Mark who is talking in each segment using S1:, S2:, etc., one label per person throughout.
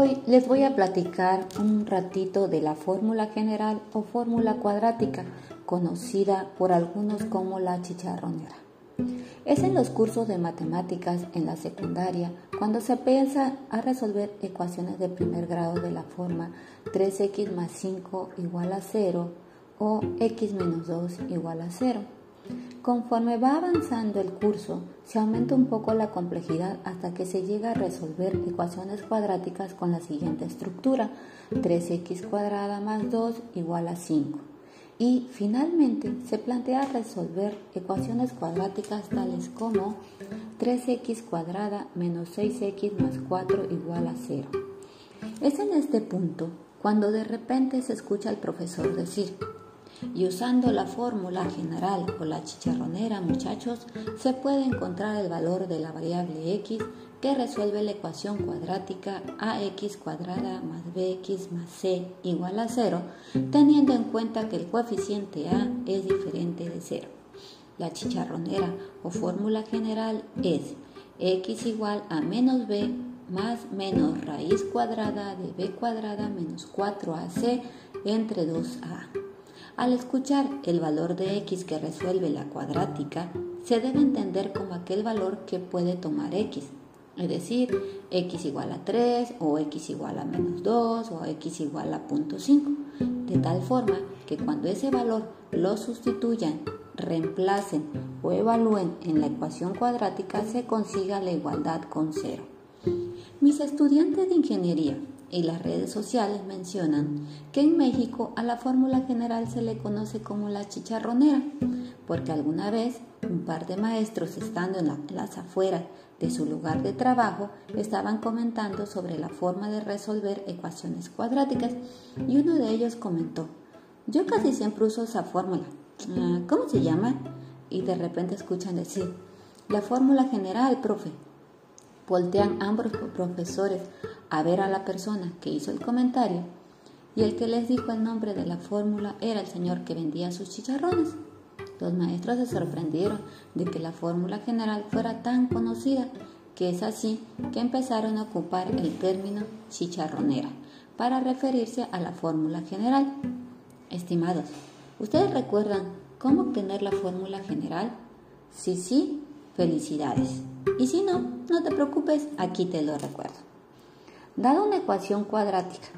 S1: Hoy les voy a platicar un ratito de la fórmula general o fórmula cuadrática, conocida por algunos como la chicharronera. Es en los cursos de matemáticas en la secundaria cuando se empieza a resolver ecuaciones de primer grado de la forma 3x más 5 igual a 0 o x menos 2 igual a 0. Conforme va avanzando el curso, se aumenta un poco la complejidad hasta que se llega a resolver ecuaciones cuadráticas con la siguiente estructura: 3x cuadrada más 2 igual a 5. Y finalmente se plantea resolver ecuaciones cuadráticas tales como 3x cuadrada menos 6x más 4 igual a 0. Es en este punto cuando de repente se escucha al profesor decir: y usando la fórmula general o la chicharronera, muchachos, se puede encontrar el valor de la variable x que resuelve la ecuación cuadrática ax cuadrada más bx más c igual a 0, teniendo en cuenta que el coeficiente a es diferente de 0. La chicharronera o fórmula general es x igual a menos b más menos raíz cuadrada de b cuadrada menos 4ac entre 2a. Al escuchar el valor de x que resuelve la cuadrática, se debe entender como aquel valor que puede tomar x, es decir, x igual a 3 o x igual a menos 2 o x igual a 0.5, de tal forma que cuando ese valor lo sustituyan, reemplacen o evalúen en la ecuación cuadrática, se consiga la igualdad con 0. Mis estudiantes de ingeniería y las redes sociales mencionan que en México a la fórmula general se le conoce como la chicharronera, porque alguna vez un par de maestros, estando en las afueras de su lugar de trabajo, estaban comentando sobre la forma de resolver ecuaciones cuadráticas, y uno de ellos comentó: yo casi siempre uso esa fórmula. ¿Cómo se llama? Y de repente escuchan decir: la fórmula general, profe. Voltean ambos profesores a ver a la persona que hizo el comentario, y el que les dijo el nombre de la fórmula era el señor que vendía sus chicharrones. Los maestros se sorprendieron de que la fórmula general fuera tan conocida, que es así que empezaron a ocupar el término chicharronera para referirse a la fórmula general. Estimados, ¿ustedes recuerdan cómo obtener la fórmula general? Sí, felicidades. Y si no, no te preocupes, aquí te lo recuerdo. Dada una ecuación cuadrática,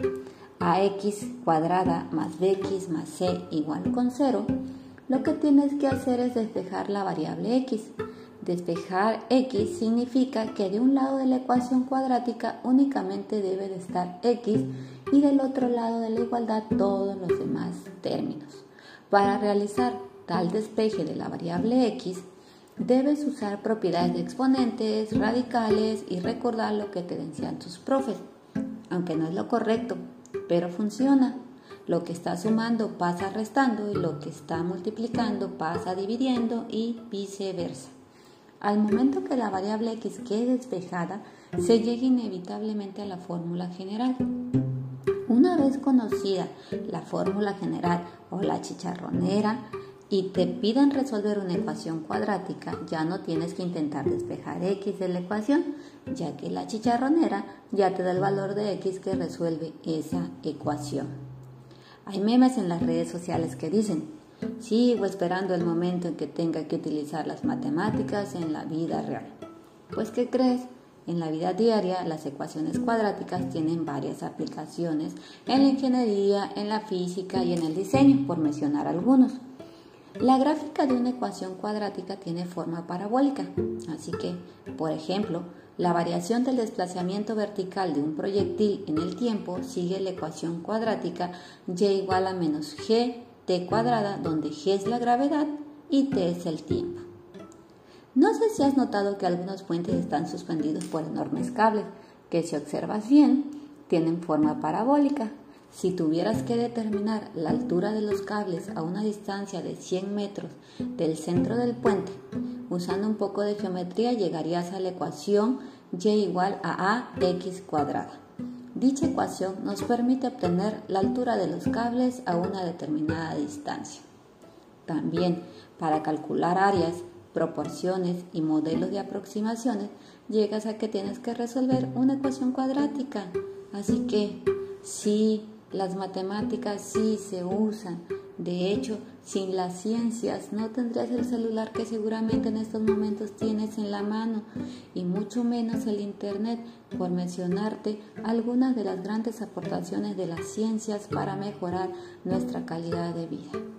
S1: ax cuadrada más bx más c igual con 0, lo que tienes que hacer es despejar la variable x. Despejar x significa que de un lado de la ecuación cuadrática únicamente debe de estar x y del otro lado de la igualdad todos los demás términos. Para realizar tal despeje de la variable x, debes usar propiedades de exponentes, radicales y recordar lo que te decían tus profes, aunque no es lo correcto, pero funciona. Lo que está sumando pasa restando y lo que está multiplicando pasa dividiendo y viceversa. Al momento que la variable x quede despejada, se llega inevitablemente a la fórmula general. Una vez conocida la fórmula general o la chicharronera, y te piden resolver una ecuación cuadrática, ya no tienes que intentar despejar x de la ecuación, ya que la chicharronera ya te da el valor de x que resuelve esa ecuación. Hay memes en las redes sociales que dicen: sigo esperando el momento en que tenga que utilizar las matemáticas en la vida real. Pues, ¿qué crees? En la vida diaria, las ecuaciones cuadráticas tienen varias aplicaciones en la ingeniería, en la física y en el diseño, por mencionar algunos. La gráfica de una ecuación cuadrática tiene forma parabólica, así que, por ejemplo, la variación del desplazamiento vertical de un proyectil en el tiempo sigue la ecuación cuadrática y igual a menos g t cuadrada, donde g es la gravedad y t es el tiempo. No sé si has notado que algunos puentes están suspendidos por enormes cables, que si observas bien, tienen forma parabólica. Si tuvieras que determinar la altura de los cables a una distancia de 100 metros del centro del puente, usando un poco de geometría llegarías a la ecuación y igual a ax cuadrada. Dicha ecuación nos permite obtener la altura de los cables a una determinada distancia. También, para calcular áreas, proporciones y modelos de aproximaciones, llegas a que tienes que resolver una ecuación cuadrática. Así que sí, las matemáticas sí se usan. De hecho, sin las ciencias no tendrías el celular que seguramente en estos momentos tienes en la mano, y mucho menos el internet, por mencionarte algunas de las grandes aportaciones de las ciencias para mejorar nuestra calidad de vida.